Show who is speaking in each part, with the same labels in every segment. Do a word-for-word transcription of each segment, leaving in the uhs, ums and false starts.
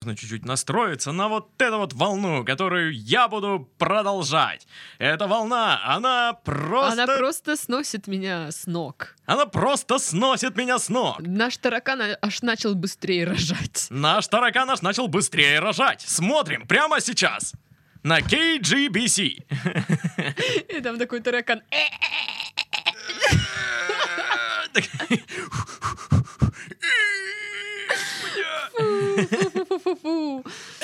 Speaker 1: нужно чуть-чуть настроиться на вот эту вот волну, которую я буду продолжать. Эта волна, она просто...
Speaker 2: Она просто сносит меня с ног.
Speaker 1: Она просто сносит меня с ног.
Speaker 2: Наш таракан аж начал быстрее рожать.
Speaker 1: Наш таракан аж начал быстрее рожать. Смотрим прямо сейчас на кей джи би си.
Speaker 2: И там такой таракан. Фу-фу-фу-фу-фу.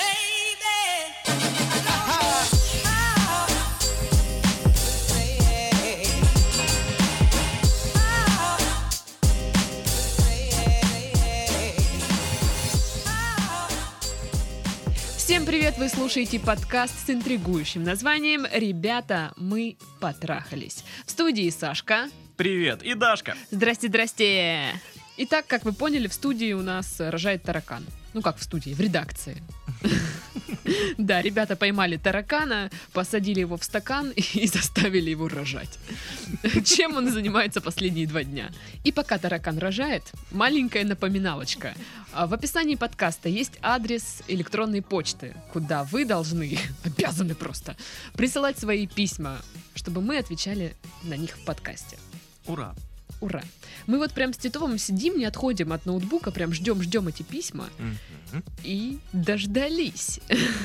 Speaker 2: Всем привет! Вы слушаете подкаст с интригующим названием «Ребята, мы потрахались». В студии Сашка.
Speaker 1: Привет, и Дашка.
Speaker 2: Здрасте, здрасте! Итак, как вы поняли, в студии у нас рожает таракан. Ну как в студии, в редакции. Да, ребята поймали таракана, посадили его в стакан и заставили его рожать. Чем он занимается последние два дня. И пока таракан рожает, маленькая напоминалочка. В описании подкаста есть адрес электронной почты, куда вы должны, обязаны просто, присылать свои письма, чтобы мы отвечали на них в подкасте.
Speaker 1: Ура!
Speaker 2: Ура! Мы вот прям с Титовым сидим, не отходим от ноутбука, прям ждем-ждем эти письма. Mm-hmm. И дождались.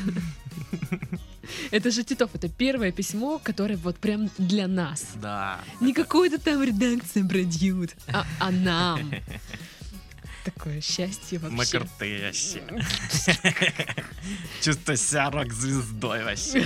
Speaker 2: Это же, Титов, это первое письмо, которое вот прям для нас.
Speaker 1: Да.
Speaker 2: Не какой-то там редакция бродьют, а, а нам. Такое счастье вообще.
Speaker 1: Мы крутые вообще. Чувствую себя рок-звездой вообще.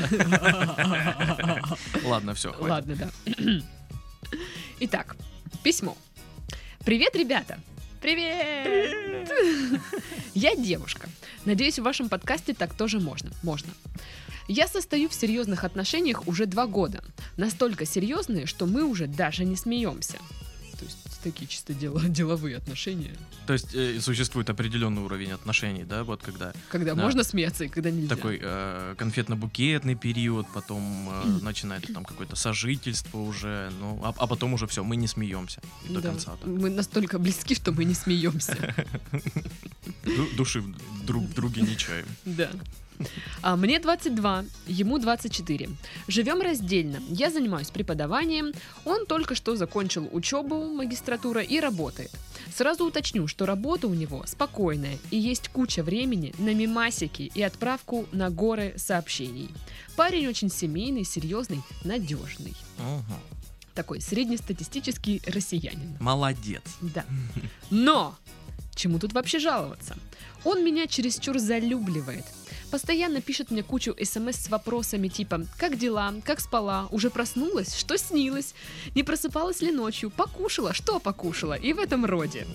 Speaker 1: Ладно, все, хватит.
Speaker 2: Ладно, да. Итак, письмо. Привет, ребята! Привет! Привет! Я девушка. Надеюсь, в вашем подкасте так тоже можно. Можно. Я состою в серьезных отношениях уже два года. Настолько серьезные, что мы уже даже не смеемся. То есть такие чисто дел- деловые отношения.
Speaker 1: То есть э, существует определенный уровень отношений, да, вот когда...
Speaker 2: Когда
Speaker 1: да,
Speaker 2: можно смеяться и когда нельзя.
Speaker 1: Такой э, конфетно-букетный период, потом э, начинает там какое-то сожительство уже, ну, а, а потом уже все, мы не смеемся до
Speaker 2: Да,
Speaker 1: конца. Так.
Speaker 2: Мы настолько близки, что мы не смеемся.
Speaker 1: Души друг в друге не чаем.
Speaker 2: Да. А, мне двадцать два, ему двадцать четыре. Живем раздельно. Я занимаюсь преподаванием. Он только что закончил учебу, магистратура и работает. Сразу уточню, что работа у него спокойная и есть куча времени на мемасики и отправку на горы сообщений. Парень очень семейный, серьезный, надежный.
Speaker 1: Угу.
Speaker 2: Такой среднестатистический россиянин.
Speaker 1: Молодец.
Speaker 2: Да. Но! Чему тут вообще жаловаться? Он меня чересчур залюбливает. Постоянно пишет мне кучу смс с вопросами типа «Как дела? Как спала? Уже проснулась? Что снилось? Не просыпалась ли ночью? Покушала? Что покушала?» И в этом роде.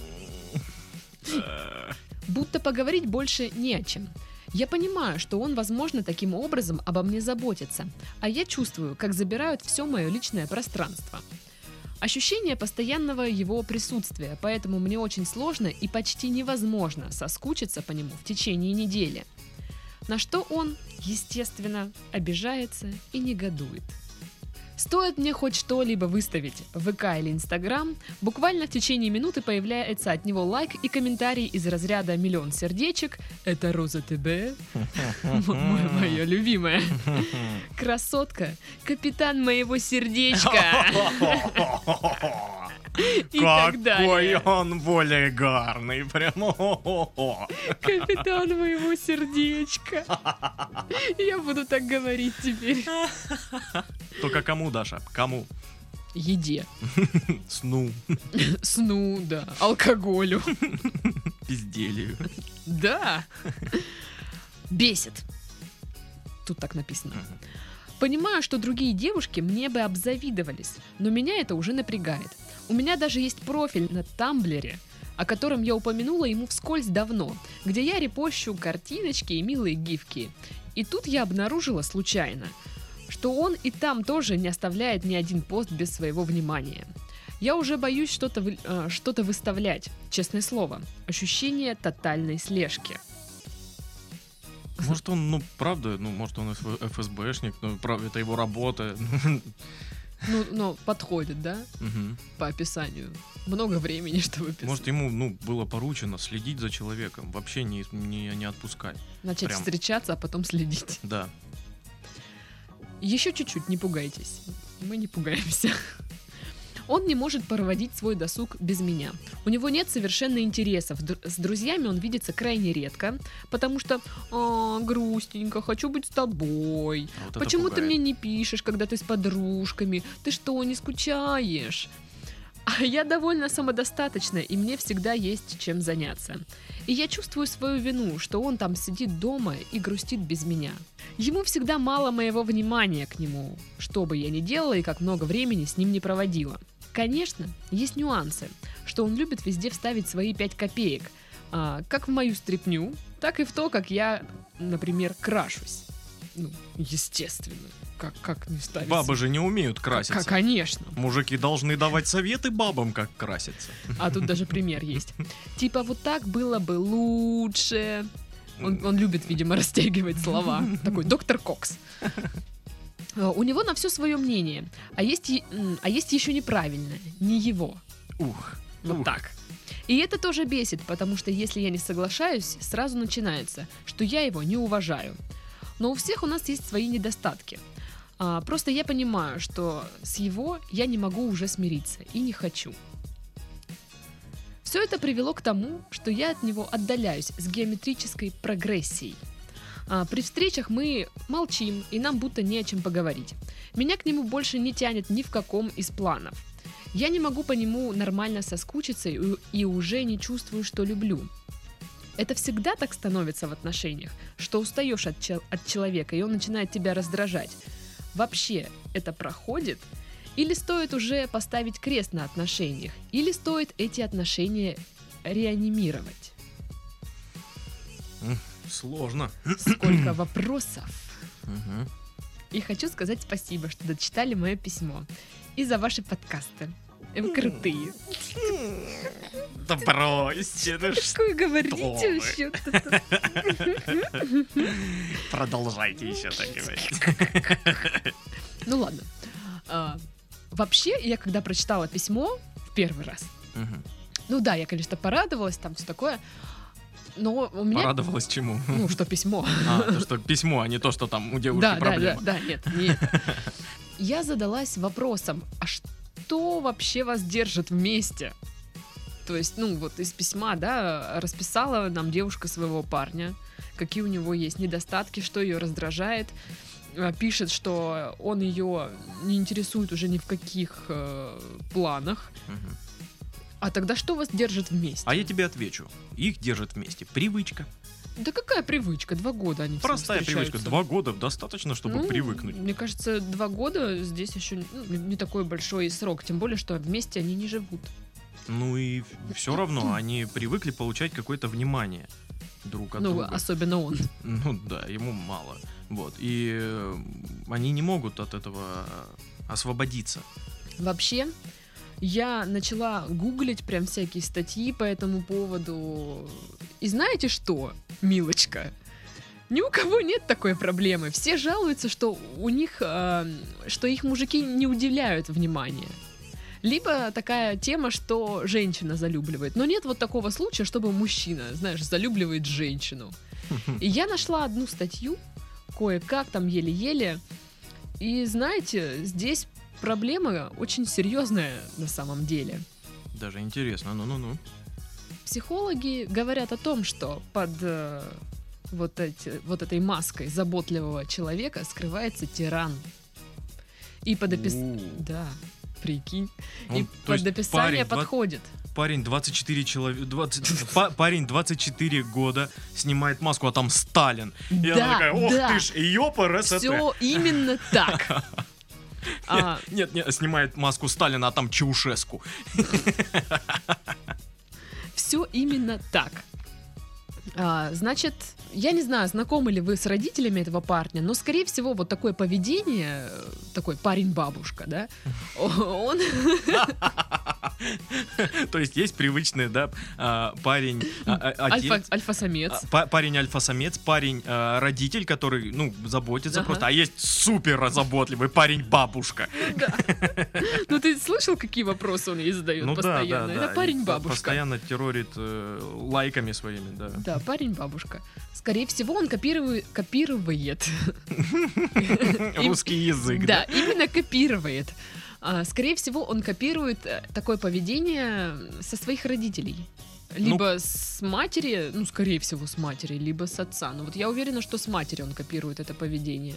Speaker 2: Будто поговорить больше не о чем. Я понимаю, что он, возможно, таким образом обо мне заботится, а я чувствую, как забирают все мое личное пространство. Ощущение постоянного его присутствия, поэтому мне очень сложно и почти невозможно соскучиться по нему в течение недели. На что он, естественно, обижается и негодует. Стоит мне хоть что-либо выставить в ВК или Инстаграм, буквально в течение минуты появляется от него лайк и комментарий из разряда «Миллион сердечек», «Это Роза ТБ», «Моя любимая», «Красотка», «Капитан моего сердечка». И так далее.
Speaker 1: Какой он вульгарный, прямо.
Speaker 2: Капитан моего сердечка. Я буду так говорить теперь.
Speaker 1: Только кому, Даша? Кому?
Speaker 2: Еде.
Speaker 1: Сну.
Speaker 2: Сну, да. Алкоголю.
Speaker 1: Безделью.
Speaker 2: Да. Бесит. Тут так написано. Понимаю, что другие девушки мне бы обзавидовались, но меня это уже напрягает. У меня даже есть профиль на Тамблере, о котором я упомянула ему вскользь давно, где я репощу картиночки и милые гифки. И тут я обнаружила случайно, что он и там тоже не оставляет ни один пост без своего внимания. Я уже боюсь что-то, вы, э, что-то выставлять, честное слово. Ощущение тотальной слежки.
Speaker 1: Может он, ну, правда, ну, может он эф эс бэшник, ну, правда, это его работа.
Speaker 2: Ну, ну, подходит, да?
Speaker 1: Угу.
Speaker 2: По описанию. много времени, чтобы писать.
Speaker 1: Может, ему, ну, было поручено следить за человеком, вообще не, не, не отпускать.
Speaker 2: Начать
Speaker 1: Прям.
Speaker 2: встречаться, а потом следить.
Speaker 1: Да.
Speaker 2: Еще чуть-чуть, не пугайтесь. Мы не пугаемся. Он не может проводить свой досуг без меня. У него нет совершенно интересов. Д- с друзьями он видится крайне редко, потому что «А, грустненько, хочу быть с тобой.
Speaker 1: А вот это
Speaker 2: Почему ты
Speaker 1: пугает.
Speaker 2: мне не пишешь, когда ты с подружками? Ты что, не скучаешь?» А я довольно самодостаточна, и мне всегда есть чем заняться. И я чувствую свою вину, что он там сидит дома и грустит без меня. Ему всегда мало моего внимания к нему, что бы я ни делала и как много времени с ним не проводила. Конечно, есть нюансы, что он любит везде вставить свои пять копеек, а, как в мою стряпню, так и в то, как я, например, крашусь. Ну, естественно, как, как не ставить...
Speaker 1: Бабы же не умеют краситься.
Speaker 2: К- Конечно.
Speaker 1: Мужики должны давать советы бабам, как краситься.
Speaker 2: А тут даже пример есть. Типа вот так было бы лучше. Он, он любит, видимо, растягивать слова. Такой доктор Кокс. А, У него на все свое мнение. А есть, е- м, а есть еще неправильное. Не его.
Speaker 1: Ух.
Speaker 2: Вот
Speaker 1: ух.
Speaker 2: так. И это тоже бесит, потому что если я не соглашаюсь, сразу начинается, что я его не уважаю. Но у всех у нас есть свои недостатки. А, просто я понимаю, что с его я не могу уже смириться и не хочу. Все это привело к тому, что я от него отдаляюсь с геометрической прогрессией. А, при встречах мы молчим, и нам будто не о чем поговорить. Меня к нему больше не тянет ни в каком из планов. Я не могу по нему нормально соскучиться и, и уже не чувствую, что люблю. Это всегда так становится в отношениях, что устаешь от, чел- от человека, и он начинает тебя раздражать. Вообще это проходит? Или стоит уже поставить крест на отношениях? Или стоит эти отношения реанимировать?
Speaker 1: Сложно.
Speaker 2: Сколько вопросов.
Speaker 1: Мгм.
Speaker 2: И хочу сказать спасибо, что дочитали мое письмо. И за ваши подкасты. Вы крутые.
Speaker 1: Да бросьте, ну
Speaker 2: Что вы говорите
Speaker 1: вы?
Speaker 2: вообще?
Speaker 1: продолжайте еще так говорить.
Speaker 2: Ну ладно. А, Вообще, я когда прочитала письмо в первый раз,
Speaker 1: Мгм.
Speaker 2: ну да, я, конечно, порадовалась, там все такое, но у меня...
Speaker 1: Порадовалась чему?
Speaker 2: Ну, что письмо.
Speaker 1: А, то, что письмо, а не то, что там у девушки
Speaker 2: Да, да, да,
Speaker 1: проблема.
Speaker 2: да, нет, не это. Я задалась вопросом, а что вообще вас держит вместе? То есть, ну, вот из письма, да, расписала нам девушка своего парня, какие у него есть недостатки, что ее раздражает. Э, Пишет, что он ее не интересует уже ни в каких э, планах.
Speaker 1: Мгм.
Speaker 2: А тогда что вас держит вместе?
Speaker 1: А я тебе отвечу. Их держит вместе привычка.
Speaker 2: Да какая привычка? Два года они всего
Speaker 1: Простая привычка.
Speaker 2: встречаются.
Speaker 1: Два года достаточно, чтобы
Speaker 2: Ну,
Speaker 1: привыкнуть.
Speaker 2: Мне кажется, два года здесь еще ну, не такой большой срок, тем более, что вместе они не живут.
Speaker 1: Ну и все равно они привыкли получать какое-то внимание друг от
Speaker 2: Ну,
Speaker 1: друга.
Speaker 2: особенно он.
Speaker 1: Ну да, ему мало. Вот. И э, они не могут от этого освободиться.
Speaker 2: Вообще, я начала гуглить прям всякие статьи по этому поводу. И знаете что, милочка? Ни у кого нет такой проблемы. Все жалуются, что у них, э, что их мужики не уделяют внимания. Либо такая тема, что женщина залюбливает. Но нет вот такого случая, чтобы мужчина, знаешь, залюбливает женщину. И я нашла одну статью, кое-как там еле-еле. И знаете, здесь проблема очень серьезная на самом деле.
Speaker 1: Даже интересно. Ну-ну-ну.
Speaker 2: Психологи говорят о том, что под э, вот, эти, вот этой маской заботливого человека скрывается тиран. И под опис...
Speaker 1: У.
Speaker 2: Да, прикинь.
Speaker 1: Он,
Speaker 2: И
Speaker 1: то
Speaker 2: под
Speaker 1: есть
Speaker 2: описание
Speaker 1: парень, два-
Speaker 2: подходит.
Speaker 1: парень двадцать четыре человека, двадцать, па- парень двадцать четыре года снимает маску, а там Сталин. И
Speaker 2: Да,
Speaker 1: она такая, ох
Speaker 2: да.
Speaker 1: ты ж, ёпрст.
Speaker 2: Все именно так. А,
Speaker 1: Нет, нет, снимает маску Сталина, а там Чаушеску.
Speaker 2: все именно так. А, значит, я не знаю, знакомы ли вы с родителями этого парня, но, скорее всего, вот такое поведение, э, такой парень-бабушка, да, он...
Speaker 1: То есть есть привычный, да, а, парень, а, а, отец,
Speaker 2: Альфа, альфа-самец.
Speaker 1: а, па- парень альфа-самец, парень а, родитель, который, ну, заботится
Speaker 2: Ага.
Speaker 1: просто, а есть супер заботливый парень бабушка.
Speaker 2: Да. Ну ты слышал, какие вопросы он ей задает
Speaker 1: Ну да, да,
Speaker 2: постоянно?
Speaker 1: да.
Speaker 2: Это
Speaker 1: и
Speaker 2: парень-бабушка.
Speaker 1: Постоянно террорит э, лайками своими, да.
Speaker 2: Да, парень-бабушка. Скорее всего, он копирует, копирует. Им-
Speaker 1: Русский язык,
Speaker 2: Да,
Speaker 1: да.
Speaker 2: именно копирует. А, Скорее всего, он копирует э, такое поведение со своих родителей. Либо с матери, ну, скорее всего, с матери, либо с отца. Но вот я уверена, что с матери он копирует это поведение.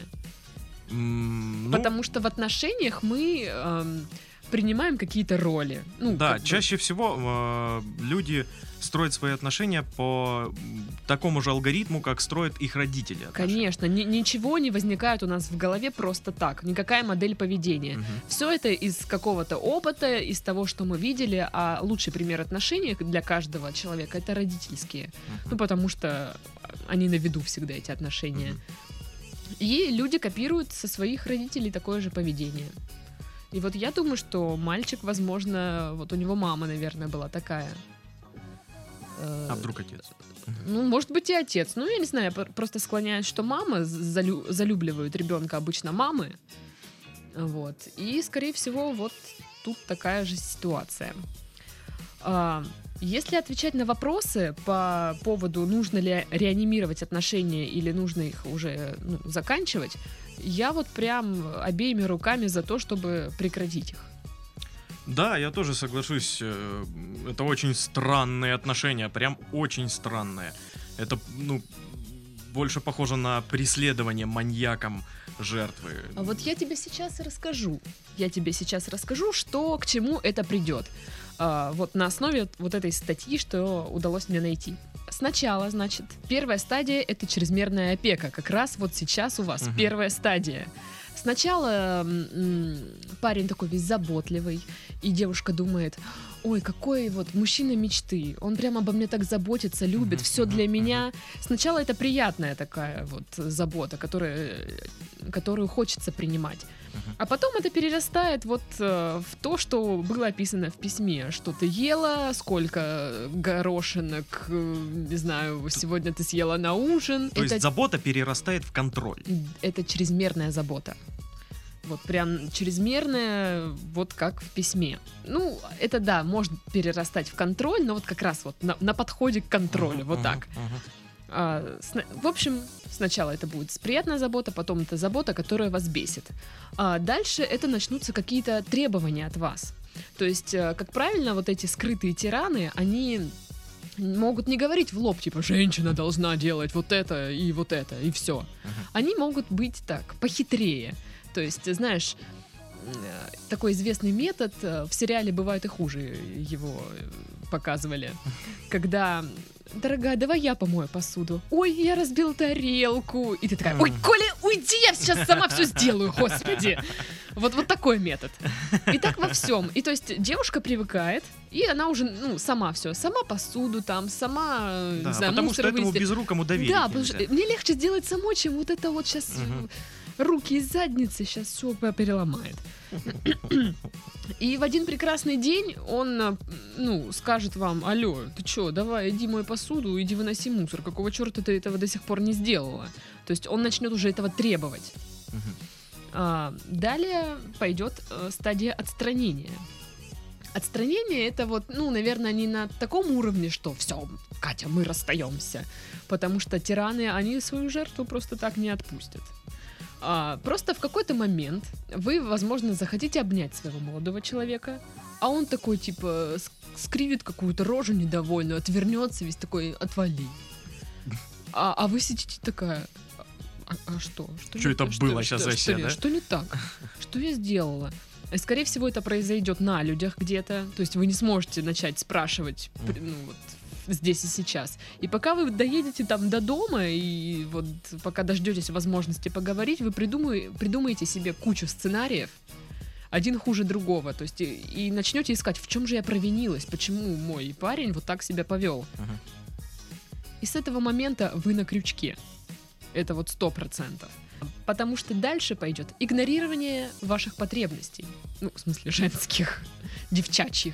Speaker 1: М, ну,
Speaker 2: Потому что в отношениях мы эм, принимаем какие-то роли. Ну,
Speaker 1: да,
Speaker 2: как бы.
Speaker 1: чаще всего э, люди строят свои отношения по м, такому же алгоритму, как строят их родители. отношения.
Speaker 2: Конечно, ни- ничего не возникает у нас в голове просто так. Никакая модель поведения.
Speaker 1: Мгм.
Speaker 2: Все это из какого-то опыта, из того, что мы видели, а лучший пример отношений для каждого человека — это родительские. Ну,
Speaker 1: Мгм.
Speaker 2: потому что они на виду всегда, эти отношения.
Speaker 1: Мгм.
Speaker 2: И люди копируют со своих родителей такое же поведение. И вот я думаю, что мальчик, возможно, вот у него мама, наверное, была такая. Э,
Speaker 1: А вдруг отец?
Speaker 2: Ну, может быть, и отец. Ну, я не знаю, я пр- просто склоняюсь, что мамы залю- залюбливают ребенка обычно мамы. Вот. И, скорее всего, вот тут такая же ситуация. А, Если отвечать на вопросы по поводу, нужно ли реанимировать отношения или нужно их уже ну, заканчивать, я вот прям обеими руками за то, чтобы прекратить их.
Speaker 1: Да, я тоже соглашусь. э, Это очень странные отношения, прям очень странные. Это, ну, больше похоже на преследование маньяком жертвы.
Speaker 2: А вот я тебе сейчас и расскажу. Я тебе сейчас расскажу, что к чему это придет. А, вот на основе вот этой статьи, что удалось мне найти. Сначала, значит, первая стадия — это чрезмерная опека. Как раз вот сейчас у вас
Speaker 1: Мгм.
Speaker 2: первая стадия. Сначала м, м, парень такой весь заботливый, и девушка думает: ой, какой вот мужчина мечты, он прям обо мне так заботится, любит,
Speaker 1: Мгм,
Speaker 2: все
Speaker 1: мгм,
Speaker 2: для
Speaker 1: мгм.
Speaker 2: меня. Сначала это приятная такая вот забота, которая, которую хочется принимать.
Speaker 1: Мгм.
Speaker 2: А потом это перерастает вот э, в то, что было описано в письме, что ты ела, сколько горошинок, э, не знаю, сегодня ты съела на ужин.
Speaker 1: То
Speaker 2: это,
Speaker 1: есть забота перерастает в контроль.
Speaker 2: это чрезмерная забота. Вот прям чрезмерная, вот как в письме. Ну, это да, может перерастать в контроль, но вот как раз вот на, на подходе к контролю,
Speaker 1: Мгм,
Speaker 2: вот
Speaker 1: мгм,
Speaker 2: так.
Speaker 1: мгм.
Speaker 2: А, сна- в общем, сначала это будет приятная забота, потом это забота, которая вас бесит. А дальше это начнутся какие-то требования от вас. То есть, э, как правильно, вот эти скрытые тираны, они могут не говорить в лоб, типа, женщина должна делать вот это и вот это, и все.
Speaker 1: Мгм.
Speaker 2: Они могут быть так, похитрее. То есть, знаешь, э, такой известный метод, э, в сериале «Бывает и хуже» его э, показывали, когда: дорогая, давай я помою посуду. Ой, я разбил тарелку. И ты такая: ой, Коля, уйди, я сейчас сама все сделаю, господи. Вот, вот такой метод. И так во всем. И то есть девушка привыкает, и она уже, ну, сама все, сама посуду там, сама, э,
Speaker 1: Да,
Speaker 2: не знаю,
Speaker 1: потому
Speaker 2: мусор
Speaker 1: что этому
Speaker 2: вынести.
Speaker 1: безрукому доверить
Speaker 2: Да, потому
Speaker 1: нельзя.
Speaker 2: что мне легче сделать самой, чем вот это вот сейчас
Speaker 1: Мгм.
Speaker 2: руки из задницы сейчас все переломает. И в один прекрасный день он, э, ну, скажет вам: алло, ты чё, давай, иди мой посуду, иди выноси мусор. Какого черта ты этого до сих пор не сделала? То есть он начнет уже этого требовать.
Speaker 1: Мгм.
Speaker 2: А, далее пойдет э, стадия отстранения. Отстранение — это вот, ну, наверное, не на таком уровне, что все, Катя, мы расстаемся. Потому что тираны, они свою жертву просто так не отпустят. А, просто в какой-то момент вы, возможно, захотите обнять своего молодого человека, а он такой, типа, ск- скривит какую-то рожу недовольную, отвернется весь такой: отвали. А, а вы сидите такая: а, а что? Что,
Speaker 1: Чё
Speaker 2: не-
Speaker 1: это было щас
Speaker 2: что,
Speaker 1: вообще,
Speaker 2: что,
Speaker 1: да?
Speaker 2: что не так? Что я сделала? И, скорее всего, это произойдет на людях где-то. То есть вы не сможете начать спрашивать, при- ну, вот, здесь и сейчас. И пока вы доедете там до дома, и вот пока дождетесь возможности поговорить, вы придумай- придумаете себе кучу сценариев, один хуже другого. То есть и, и начнете искать, в чем же я провинилась, почему мой парень вот так себя повел.
Speaker 1: Мгм.
Speaker 2: И с этого момента вы на крючке. Это вот сто процентов. Потому что дальше пойдет игнорирование ваших потребностей. Ну, в смысле, женских, девчачьих.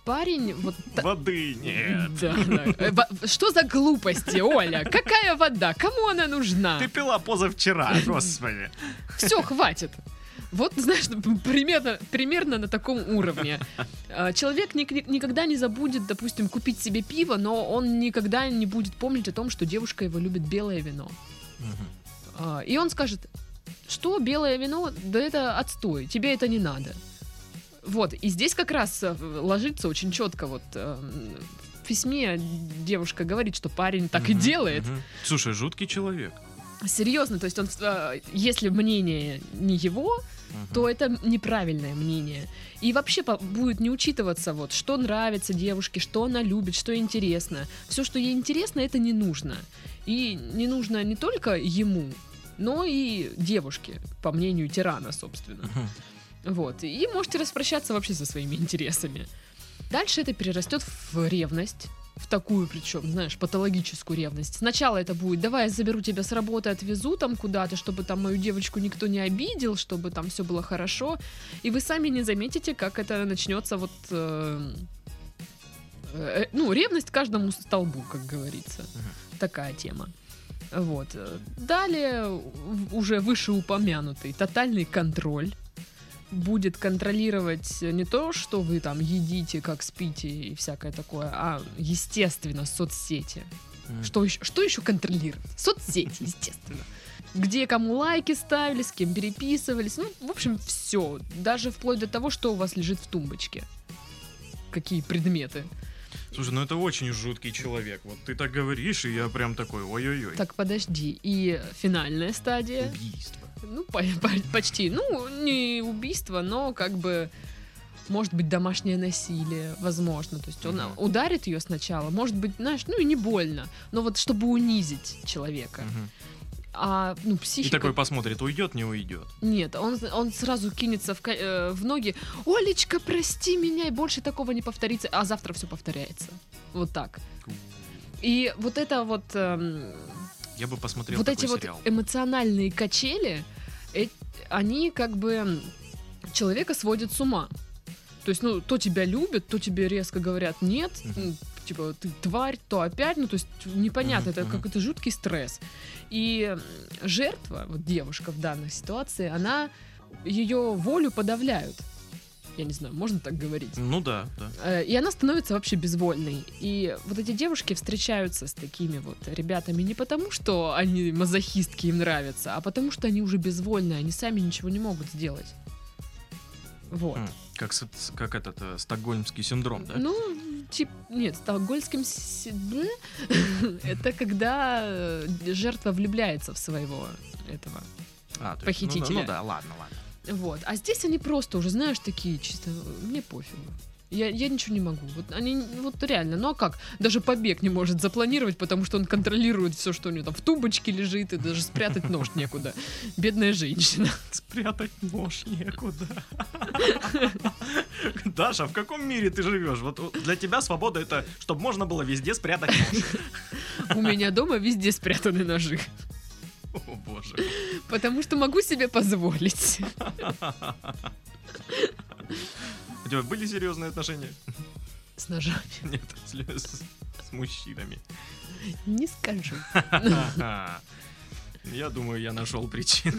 Speaker 2: парень вот... та-
Speaker 1: Воды нет.
Speaker 2: Да, да. Э, во- Что за глупости, Оля? Какая вода? Кому она нужна?
Speaker 1: Ты пила позавчера, господи.
Speaker 2: Все, хватит. Вот, знаешь, ну, примерно, примерно на таком уровне. А, Человек ник- никогда не забудет, допустим, купить себе пиво, но он никогда не будет помнить о том, что девушка его любит белое вино.
Speaker 1: Мгм.
Speaker 2: А, И он скажет, что белое вино, да это отстой, тебе это не надо. Вот, и здесь как раз э, ложится очень четко вот э, в письме девушка говорит, что парень так и
Speaker 1: Мгм,
Speaker 2: делает.
Speaker 1: мгм. Слушай, жуткий человек.
Speaker 2: Серьезно, то есть он, э, если мнение не его,
Speaker 1: Мгм.
Speaker 2: то это неправильное мнение. И вообще по- будет не учитываться, вот, что нравится девушке, что она любит, что интересно. Все, что ей интересно, это не нужно. И не нужно не только ему, но и девушке, по мнению тирана, собственно.
Speaker 1: Мгм.
Speaker 2: Вот. И можете распрощаться вообще со своими интересами. Дальше это перерастет в ревность. В такую, причем, знаешь, патологическую ревность. Сначала это будет: давай я заберу тебя с работы, отвезу там куда-то, чтобы там мою девочку никто не обидел, чтобы там все было хорошо. И вы сами не заметите, как это начнется вот... э, э, ну, ревность каждому столбу, как говорится. Такая тема. Вот. Далее в- уже вышеупомянутый тотальный контроль будет контролировать не то, что вы там едите, как спите и всякое такое, а, естественно, соцсети.
Speaker 1: Мгм.
Speaker 2: Что еще, что еще контролировать? Соцсети, естественно. Где кому лайки ставили, с кем переписывались. Ну, в общем, все. Даже вплоть до того, что у вас лежит в тумбочке. Какие предметы.
Speaker 1: Слушай, ну это очень жуткий человек. Вот ты так говоришь, и я прям такой, ой-ой-ой.
Speaker 2: Так, подожди. И финальная стадия.
Speaker 1: Убийство.
Speaker 2: Ну, по- по- почти. Ну, не убийство, но как бы, может быть, домашнее насилие, возможно. То есть он
Speaker 1: Мгм.
Speaker 2: ударит ее сначала, может быть, знаешь, ну и не больно, но вот чтобы унизить человека.
Speaker 1: Мгм.
Speaker 2: А, ну,
Speaker 1: И
Speaker 2: психика...
Speaker 1: такой посмотрит, уйдет, не уйдет.
Speaker 2: Нет, он, он сразу кинется в, ко- э, в ноги. Олечка, прости меня, и больше такого не повторится. А завтра все повторяется. Вот так. И вот это вот... эм,
Speaker 1: Я бы посмотрел
Speaker 2: вот
Speaker 1: такой
Speaker 2: эти вот
Speaker 1: сериал.
Speaker 2: эмоциональные качели, э- они как бы человека сводят с ума. То есть, ну, то тебя любят, то тебе резко говорят нет,
Speaker 1: Мгм.
Speaker 2: ну, типа, ты тварь, то опять, ну, то есть, непонятно,
Speaker 1: Мгм,
Speaker 2: это
Speaker 1: мгм.
Speaker 2: какой-то жуткий стресс. И м, жертва, вот девушка в данной ситуации, она, ее волю подавляют. Я не знаю, можно так говорить?
Speaker 1: Ну да, да.
Speaker 2: Э, И она становится вообще безвольной. И вот эти девушки встречаются с такими вот ребятами не потому, что они мазохистки, им нравятся, а потому что они уже безвольны, они сами ничего не могут сделать. Вот.
Speaker 1: М, Как, с- с- как этот э, стокгольмский синдром, да?
Speaker 2: Ну, тип, нет, стокгольмским си- блэ? это когда э, жертва влюбляется в своего этого.
Speaker 1: А, то есть, ну да,
Speaker 2: похитителя.
Speaker 1: Ну да, ладно, ладно.
Speaker 2: Вот. А здесь они просто уже, знаешь, такие чисто, мне пофигу. Я, я ничего не могу. Вот они, вот реально, ну а как? Даже побег не может запланировать, потому что он контролирует все, что у него там в тумбочке лежит, и даже спрятать нож некуда. Бедная женщина.
Speaker 1: Спрятать нож некуда. Даша, в каком мире ты живешь? Вот вот для тебя свобода это, чтобы можно было везде спрятать нож.
Speaker 2: У меня дома везде спрятаны ножи.
Speaker 1: О боже.
Speaker 2: Потому что могу себе позволить.
Speaker 1: У тебя были серьезные отношения?
Speaker 2: С ножами.
Speaker 1: Нет, с, лю- с- с мужчинами.
Speaker 2: Не скажу.
Speaker 1: Я думаю, я нашел причину.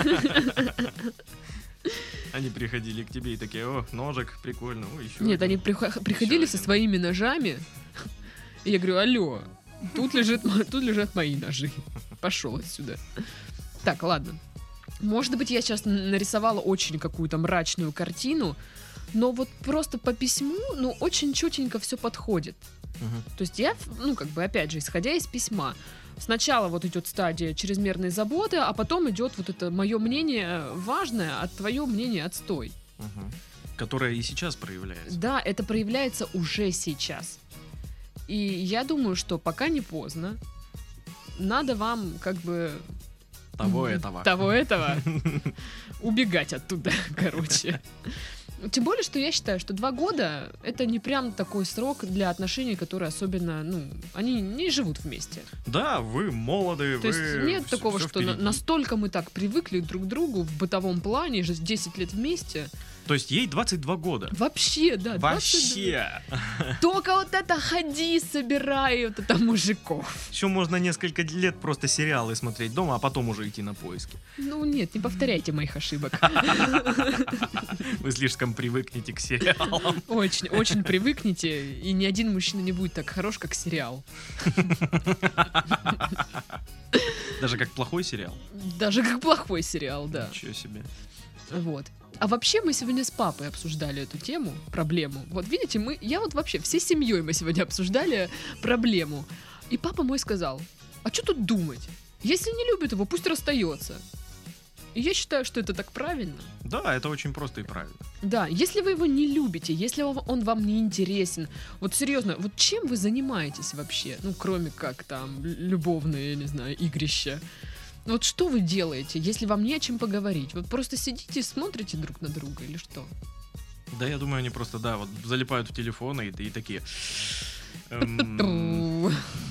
Speaker 1: Они приходили к тебе и такие, о, ножик, прикольно, о, еще
Speaker 2: Нет,
Speaker 1: один».
Speaker 2: они прихо- приходили со
Speaker 1: один.
Speaker 2: своими ножами. И я говорю, алло, тут, лежит, мо- тут лежат мои ножи. Пошел отсюда. Так, ладно. Может быть, я сейчас н- нарисовала очень какую-то мрачную картину, но вот просто по письму, ну, очень чутенько все подходит.
Speaker 1: Мгм.
Speaker 2: То есть я, ну, как бы, опять же, исходя из письма, сначала вот идет стадия чрезмерной заботы, а потом идет вот это мое мнение важное, а твое мнение отстой.
Speaker 1: Мгм. Которая и сейчас проявляется.
Speaker 2: Да, это проявляется уже сейчас. И я думаю, что пока не поздно, надо вам как бы...
Speaker 1: Того
Speaker 2: Мгм.
Speaker 1: этого.
Speaker 2: Того этого. Убегать оттуда, короче. Тем более, что я считаю, что два года — это не прям такой срок для отношений, которые особенно, ну, они не живут вместе.
Speaker 1: Да, вы молоды,
Speaker 2: То
Speaker 1: вы...
Speaker 2: есть нет
Speaker 1: всё-
Speaker 2: такого,
Speaker 1: всё
Speaker 2: что на-
Speaker 1: впереди.
Speaker 2: настолько мы так привыкли друг к другу в бытовом плане, же десять лет вместе,
Speaker 1: То есть ей двадцать два года.
Speaker 2: Вообще, да.
Speaker 1: Вообще.
Speaker 2: Только вот это ходи, собирай вот это мужиков.
Speaker 1: Еще можно несколько лет просто сериалы смотреть дома, а потом уже идти на поиски.
Speaker 2: Ну нет, не повторяйте моих ошибок.
Speaker 1: Вы слишком привыкнете к сериалам.
Speaker 2: Очень, очень привыкните, и ни один мужчина не будет так хорош, как сериал.
Speaker 1: Даже как плохой сериал?
Speaker 2: Даже как плохой сериал, да.
Speaker 1: Ничего себе.
Speaker 2: Вот. А вообще мы сегодня с папой обсуждали эту тему, проблему. Вот видите, мы, я вот вообще всей семьей мы сегодня обсуждали проблему. И папа мой сказал: а что тут думать? Если не любит его, пусть расстается. И я считаю, что это так правильно.
Speaker 1: Да, это очень просто и правильно.
Speaker 2: Да, если вы его не любите, если он вам не интересен, вот серьезно, вот чем вы занимаетесь вообще? Ну, кроме как там любовные, я не знаю, игрища. Вот что вы делаете, если вам не о чем поговорить? Вот просто сидите и смотрите друг на друга или что?
Speaker 1: Да, я думаю, они просто, да, вот залипают в телефоны и, и такие... эм,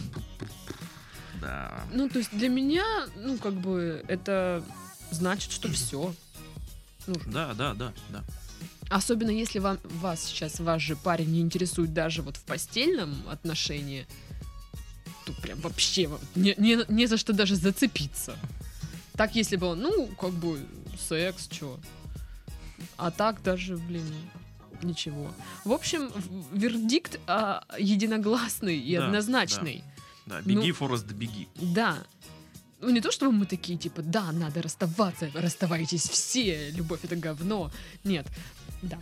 Speaker 1: Да.
Speaker 2: Ну, то есть для меня, ну, как бы, это значит, что все. Ну,
Speaker 1: Да, да, да, да.
Speaker 2: особенно если вам, вас сейчас ваш же парень не интересует даже вот в постельном отношении, то прям вообще вот не, не, не за что даже зацепиться. Так, если бы он, ну, как бы, секс, чё. А так даже, блин, ничего. В общем, в- вердикт а, единогласный и
Speaker 1: Да,
Speaker 2: однозначный.
Speaker 1: Да, беги,
Speaker 2: Ну-
Speaker 1: Форест, беги.
Speaker 2: Да. Ну, не то, чтобы мы такие, типа, да, надо расставаться, расставайтесь все, любовь — это говно. Нет, да.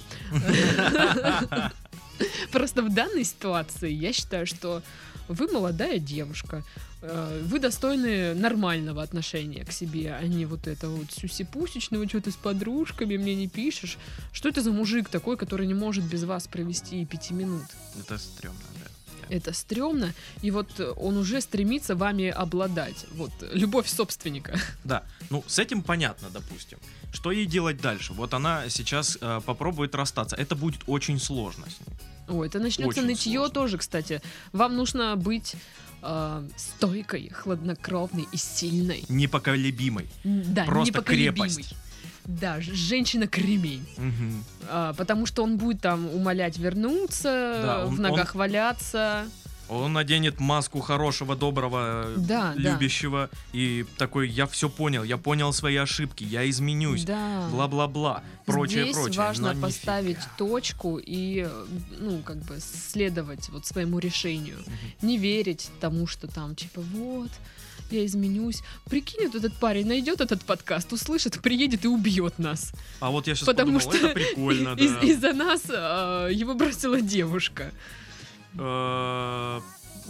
Speaker 2: Просто в данной ситуации я считаю, что вы молодая девушка, э, вы достойны нормального отношения к себе, а не вот это вот сюси-пусечного, что ты с подружками мне не пишешь. Что это за мужик такой, который не может без вас провести и пяти минут?
Speaker 1: Это стрёмно, да.
Speaker 2: Это стрёмно, и вот он уже стремится вами обладать. Вот, любовь собственника.
Speaker 1: Да, ну с этим понятно, допустим. Что ей делать дальше? Вот она сейчас э, попробует расстаться. Это будет очень сложно с ней.
Speaker 2: Ой, это начнется
Speaker 1: Очень
Speaker 2: нытье
Speaker 1: сложно.
Speaker 2: тоже, кстати. Вам нужно быть э, стойкой, хладнокровной и сильной.
Speaker 1: Непоколебимой.
Speaker 2: М, Да,
Speaker 1: Просто
Speaker 2: непоколебимой.
Speaker 1: крепость.
Speaker 2: Да, ж- женщина-кремень.
Speaker 1: Мгм.
Speaker 2: А, потому что он будет там умолять вернуться,
Speaker 1: Да, он-
Speaker 2: в ногах валяться.
Speaker 1: Он наденет маску хорошего, доброго,
Speaker 2: Да, да.
Speaker 1: любящего. И такой: я все понял, я понял свои ошибки, я изменюсь.
Speaker 2: Да.
Speaker 1: Бла-бла-бла. Прочее,
Speaker 2: Здесь
Speaker 1: прочее.
Speaker 2: важно
Speaker 1: Но
Speaker 2: поставить
Speaker 1: нифига.
Speaker 2: точку и, э, ну, как бы следовать вот своему решению.
Speaker 1: Мгм.
Speaker 2: Не верить тому, что там, типа, вот, я изменюсь. Прикинь, вот этот парень найдет этот подкаст, услышит, приедет и убьет нас.
Speaker 1: А вот я сейчас
Speaker 2: Потому
Speaker 1: подумал,
Speaker 2: что
Speaker 1: это прикольно,
Speaker 2: Из-
Speaker 1: да.
Speaker 2: из-за нас э, его бросила девушка.
Speaker 1: Э,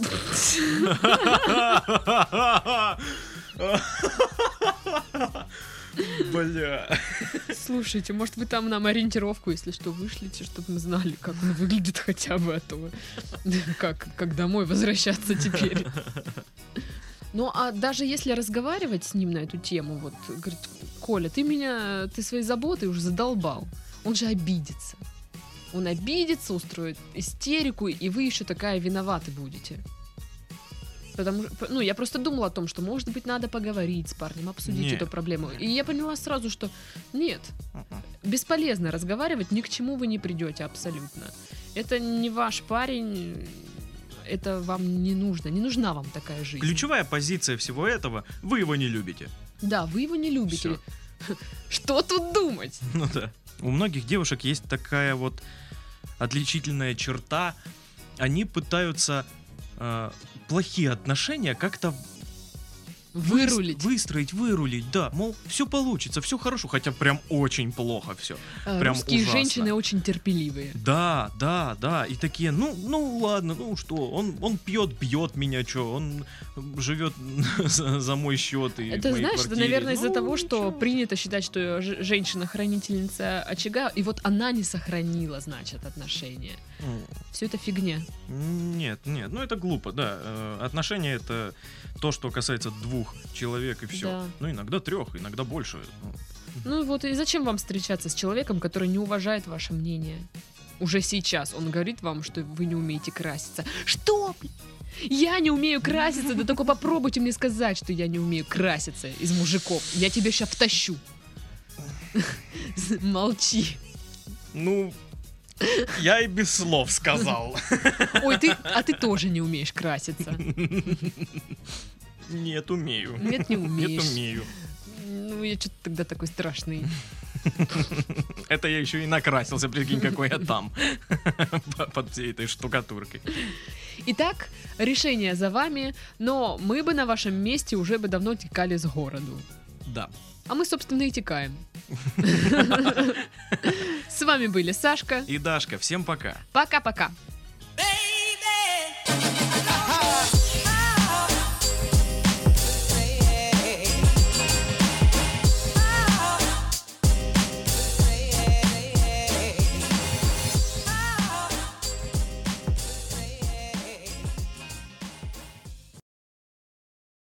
Speaker 1: Бля.
Speaker 2: Слушайте, может, вы там нам ориентировку, если что, вышлите, чтобы мы знали, как он выглядит хотя бы, а то как, как домой возвращаться теперь. Ну, а даже если разговаривать с ним на эту тему, вот, говорит: Коля, ты меня, ты своей заботой уже задолбал. Он же обидится. Он обидится, устроит истерику, и вы еще такая виноваты будете. Потому что, ну, я просто думала о том, что, может быть, надо поговорить с парнем, обсудить
Speaker 1: Нет.
Speaker 2: эту проблему. И я поняла сразу, что нет, бесполезно разговаривать, ни к чему вы не придете абсолютно. Это не ваш парень, это вам не нужно, не нужна вам такая жизнь.
Speaker 1: Ключевая позиция всего этого: вы его не любите.
Speaker 2: Да, вы его не любите.
Speaker 1: Всё.
Speaker 2: Что тут думать?
Speaker 1: Ну да. У многих девушек есть такая вот отличительная черта. Они пытаются э, плохие отношения как-то
Speaker 2: Вырулить.
Speaker 1: выс- выстроить, вырулить, да. Мол, все получится, все хорошо, хотя прям очень плохо все.
Speaker 2: А,
Speaker 1: прям
Speaker 2: Русские
Speaker 1: ужасно.
Speaker 2: женщины очень терпеливые.
Speaker 1: Да, да, да. И такие: ну, ну ладно, ну что, он, он пьет, бьет меня, что, он живет за, за мой счет. И в
Speaker 2: Это,
Speaker 1: моей
Speaker 2: знаешь, это,
Speaker 1: квартире.
Speaker 2: наверное, из-за
Speaker 1: Ну,
Speaker 2: того, что
Speaker 1: ничего.
Speaker 2: принято считать, что ж- женщина хранительница очага, и вот она не сохранила, значит, отношения.
Speaker 1: М.
Speaker 2: Все это фигня.
Speaker 1: Нет, нет, ну это глупо, да. Э, Отношения — это то, что касается двух человек, и все.
Speaker 2: Да.
Speaker 1: Ну, иногда трех, иногда больше. Ну,
Speaker 2: Ну вот и зачем вам встречаться с человеком, который не уважает ваше мнение? Уже сейчас он говорит вам, что вы не умеете краситься. Что? блин? Я не умею краситься? Да только попробуйте мне сказать, что я не умею краситься из мужиков. Я тебя сейчас втащу. Молчи.
Speaker 1: Ну, я и без слов сказал.
Speaker 2: Ой, ты, а ты тоже не умеешь краситься.
Speaker 1: Нет, умею.
Speaker 2: Нет, не умеешь.
Speaker 1: Нет, умею.
Speaker 2: Ну, я что-то тогда такой страшный.
Speaker 1: Это я еще и накрасился, прикинь, какой я там. Под всей этой штукатуркой.
Speaker 2: Итак, решение за вами, но мы бы на вашем месте уже бы давно текали с городу.
Speaker 1: Да.
Speaker 2: А мы, собственно, и текаем. С вами были Сашка
Speaker 1: И Дашка, всем пока.
Speaker 2: Пока-пока.